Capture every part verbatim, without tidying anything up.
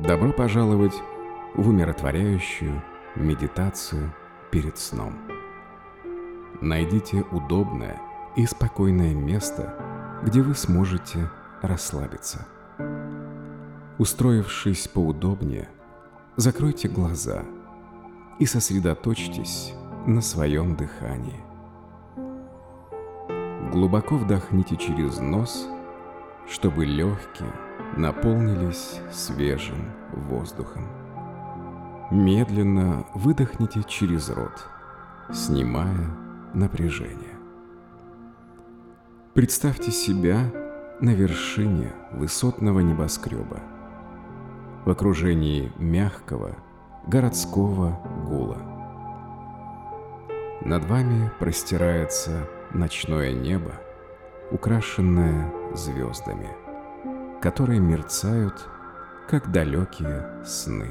Добро пожаловать в умиротворяющую медитацию перед сном. Найдите удобное и спокойное место, где вы сможете расслабиться. Устроившись поудобнее, закройте глаза и сосредоточьтесь на своем дыхании. Глубоко вдохните через нос, чтобы легкие наполнились свежим воздухом. Медленно выдохните через рот, снимая напряжение. Представьте себя на вершине высотного небоскреба, в окружении мягкого городского гула. Над вами простирается ночное небо, украшенное звездами, которые мерцают, как далекие сны.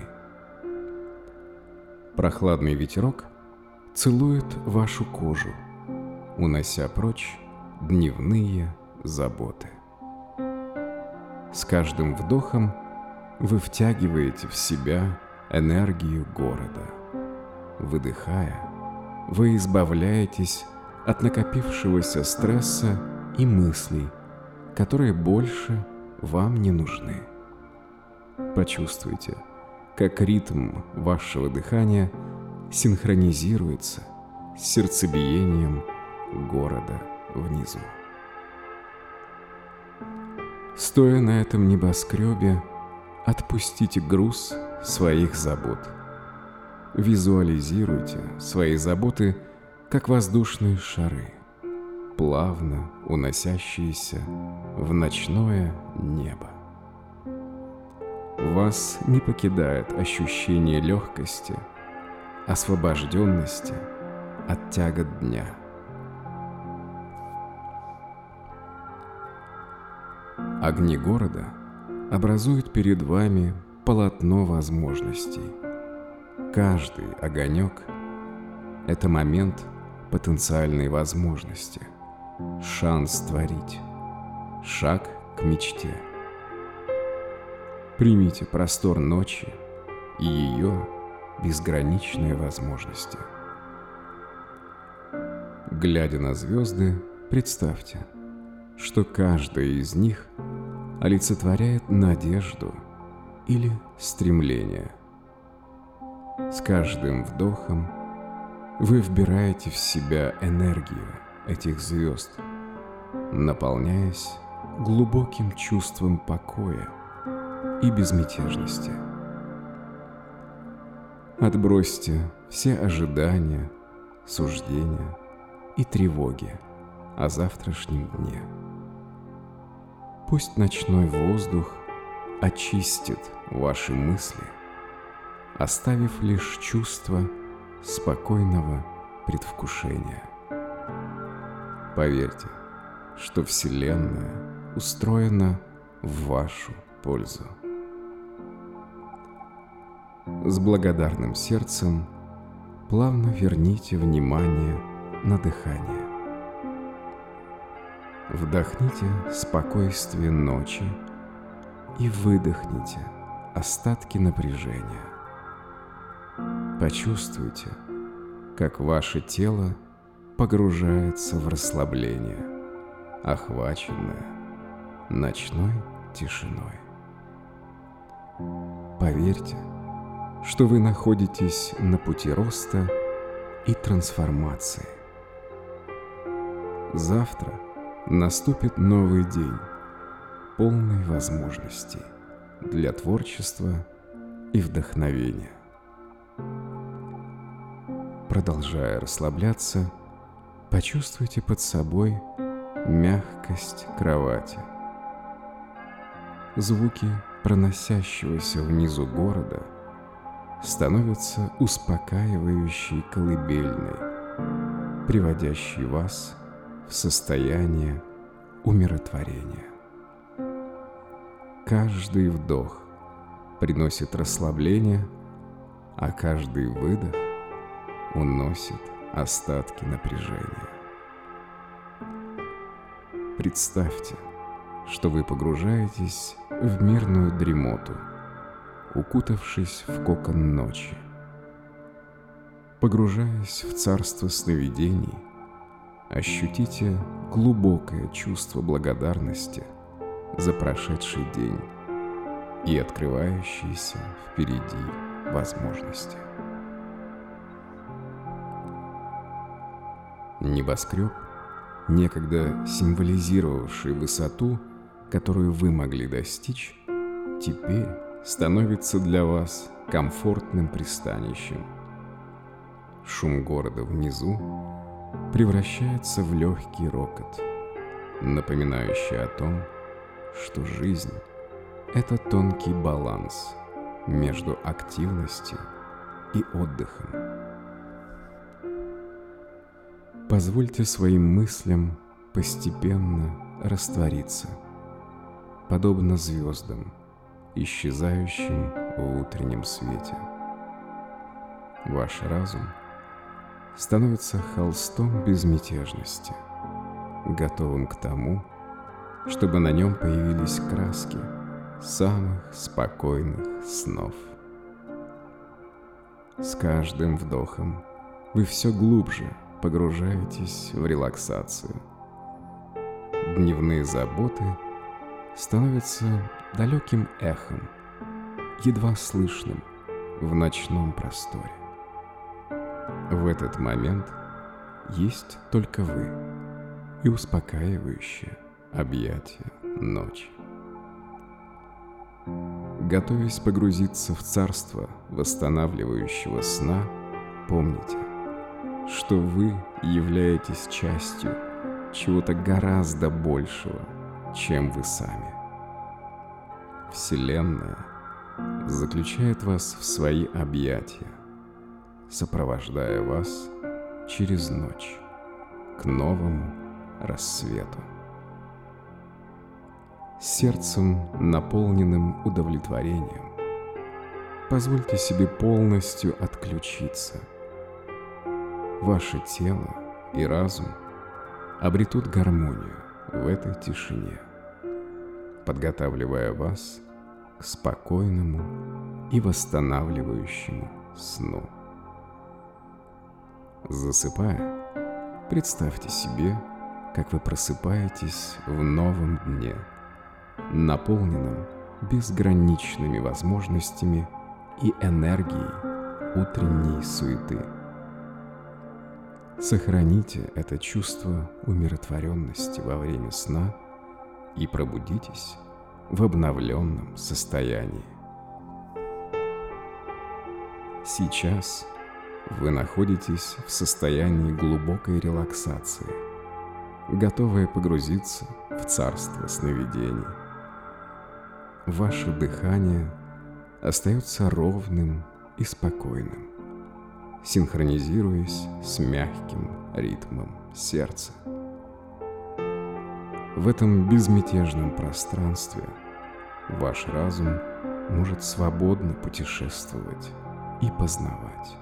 Прохладный ветерок целует вашу кожу, унося прочь дневные заботы. С каждым вдохом вы втягиваете в себя энергию города. Выдыхая, вы избавляетесь от накопившегося стресса и мыслей, которые больше вам не нужны. Почувствуйте, как ритм вашего дыхания синхронизируется с сердцебиением города внизу. Стоя на этом небоскребе, отпустите груз своих забот. Визуализируйте свои заботы как воздушные шары, плавно уносящиеся в ночное небо. Вас не покидает ощущение легкости, освобожденности от тягот дня. Огни города образуют перед вами полотно возможностей. Каждый огонек – это момент потенциальной возможности, шанс творить, шаг к мечте. Примите простор ночи и ее безграничные возможности. Глядя на звезды, представьте, что каждая из них олицетворяет надежду или стремление. С каждым вдохом вы вбираете в себя энергию этих звезд, наполняясь глубоким чувством покоя и безмятежности. Отбросьте все ожидания, суждения и тревоги о завтрашнем дне. Пусть ночной воздух очистит ваши мысли, оставив лишь чувство спокойного предвкушения. Поверьте, что Вселенная устроена в вашу пользу. С благодарным сердцем плавно верните внимание на дыхание. Вдохните спокойствие ночи и выдохните остатки напряжения. Почувствуйте, как ваше тело погружается в расслабление, охваченное ночной тишиной. Поверьте, что вы находитесь на пути роста и трансформации. Завтра наступит новый день, полный возможностей для творчества и вдохновения. Продолжая расслабляться, почувствуйте под собой мягкость кровати. Звуки проносящегося внизу города становятся успокаивающей колыбельной, приводящей вас в состояние умиротворения. Каждый вдох приносит расслабление, а каждый выдох уносит остатки напряжения. Представьте, что вы погружаетесь в мирную дремоту, укутавшись в кокон ночи. Погружаясь в царство сновидений, ощутите глубокое чувство благодарности за прошедший день и открывающиеся впереди возможности. Небоскреб, некогда символизировавший высоту, которую вы могли достичь, теперь становится для вас комфортным пристанищем. Шум города внизу превращается в легкий рокот, напоминающий о том, что жизнь — это тонкий баланс между активностью и отдыхом. Позвольте своим мыслям постепенно раствориться, подобно звездам, исчезающим в утреннем свете. Ваш разум становится холстом безмятежности, готовым к тому, чтобы на нем появились краски самых спокойных снов. С каждым вдохом вы все глубже погружаетесь в релаксацию. Дневные заботы становятся далеким эхом, едва слышным в ночном просторе. В этот момент есть только вы и успокаивающее объятие ночи. Готовясь погрузиться в царство восстанавливающего сна, помните, что вы являетесь частью чего-то гораздо большего, чем вы сами. Вселенная заключает вас в свои объятия, сопровождая вас через ночь к новому рассвету. Сердцем, наполненным удовлетворением, позвольте себе полностью отключиться. Ваше тело и разум обретут гармонию в этой тишине, подготавливая вас к спокойному и восстанавливающему сну. Засыпая, представьте себе, как вы просыпаетесь в новом дне, наполненном безграничными возможностями и энергией утренней суеты. Сохраните это чувство умиротворенности во время сна и пробудитесь в обновленном состоянии. Сейчас вы находитесь в состоянии глубокой релаксации, готовые погрузиться в царство сновидений. Ваше дыхание остается ровным и спокойным, синхронизируясь с мягким ритмом сердца. В этом безмятежном пространстве ваш разум может свободно путешествовать и познавать.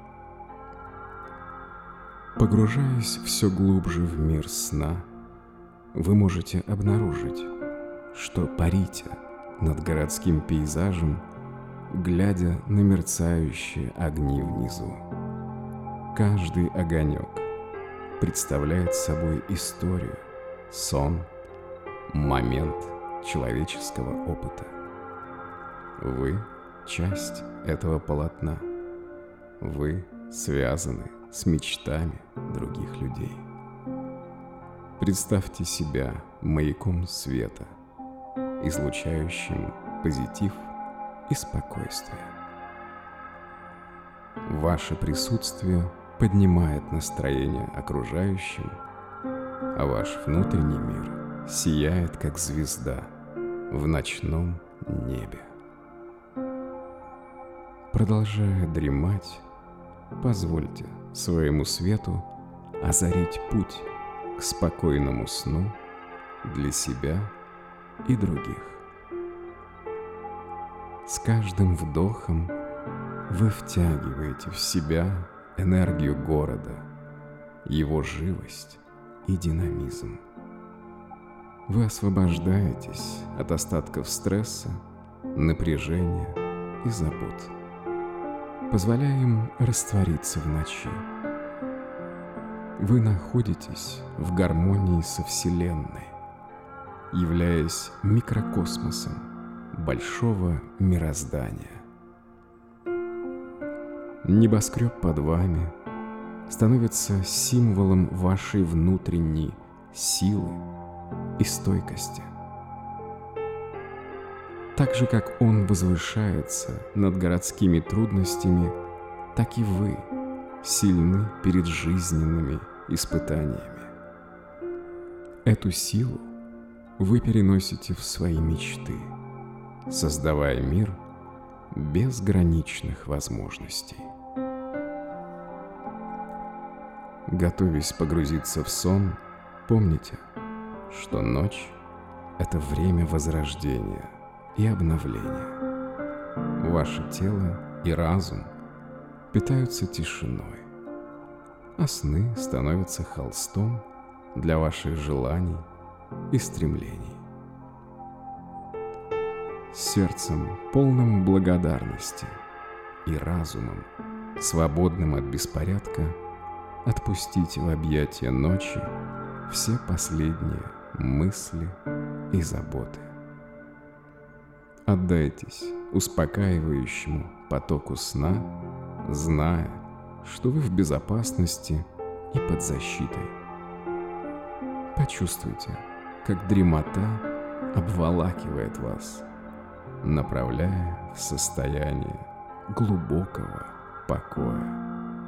Погружаясь все глубже в мир сна, вы можете обнаружить, что парите над городским пейзажем, глядя на мерцающие огни внизу. Каждый огонек представляет собой историю, сон, момент человеческого опыта. Вы — часть этого полотна. Вы связаны с мечтами других людей. Представьте себя маяком света, излучающим позитив и спокойствие. Ваше присутствие поднимает настроение окружающим, а ваш внутренний мир сияет, как звезда в ночном небе. Продолжая дремать, позвольте своему свету озарить путь к спокойному сну для себя и других. С каждым вдохом вы втягиваете в себя энергию города, его живость и динамизм. Вы освобождаетесь от остатков стресса, напряжения и забот, позволяя им раствориться в ночи. Вы находитесь в гармонии со Вселенной, являясь микрокосмосом большого мироздания. Небоскреб под вами становится символом вашей внутренней силы и стойкости. Так же, как он возвышается над городскими трудностями, так и вы сильны перед жизненными испытаниями. Эту силу вы переносите в свои мечты, создавая мир безграничных возможностей. Готовясь погрузиться в сон, помните, что ночь — это время возрождения и обновления. Ваше тело и разум питаются тишиной, а сны становятся холстом для ваших желаний и стремлений. Сердцем, полным благодарности, и разумом, свободным от беспорядка, отпустите в объятия ночи все последние мысли и заботы. Отдайтесь успокаивающему потоку сна, зная, что вы в безопасности и под защитой. Почувствуйте, как дремота обволакивает вас, направляя в состояние глубокого покоя.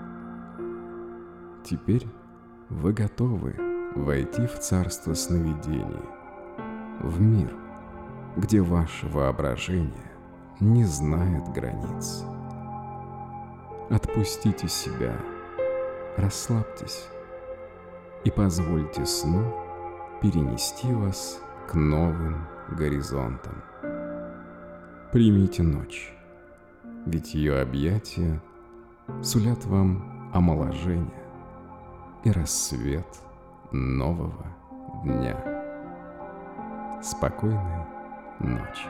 Теперь вы готовы войти в царство сновидений, в мир, где ваше воображение не знает границ. Отпустите себя, расслабьтесь и позвольте сну перенести вас к новым горизонтам. Примите ночь, ведь ее объятия сулят вам омоложение и рассвет нового дня. Спокойной ночи.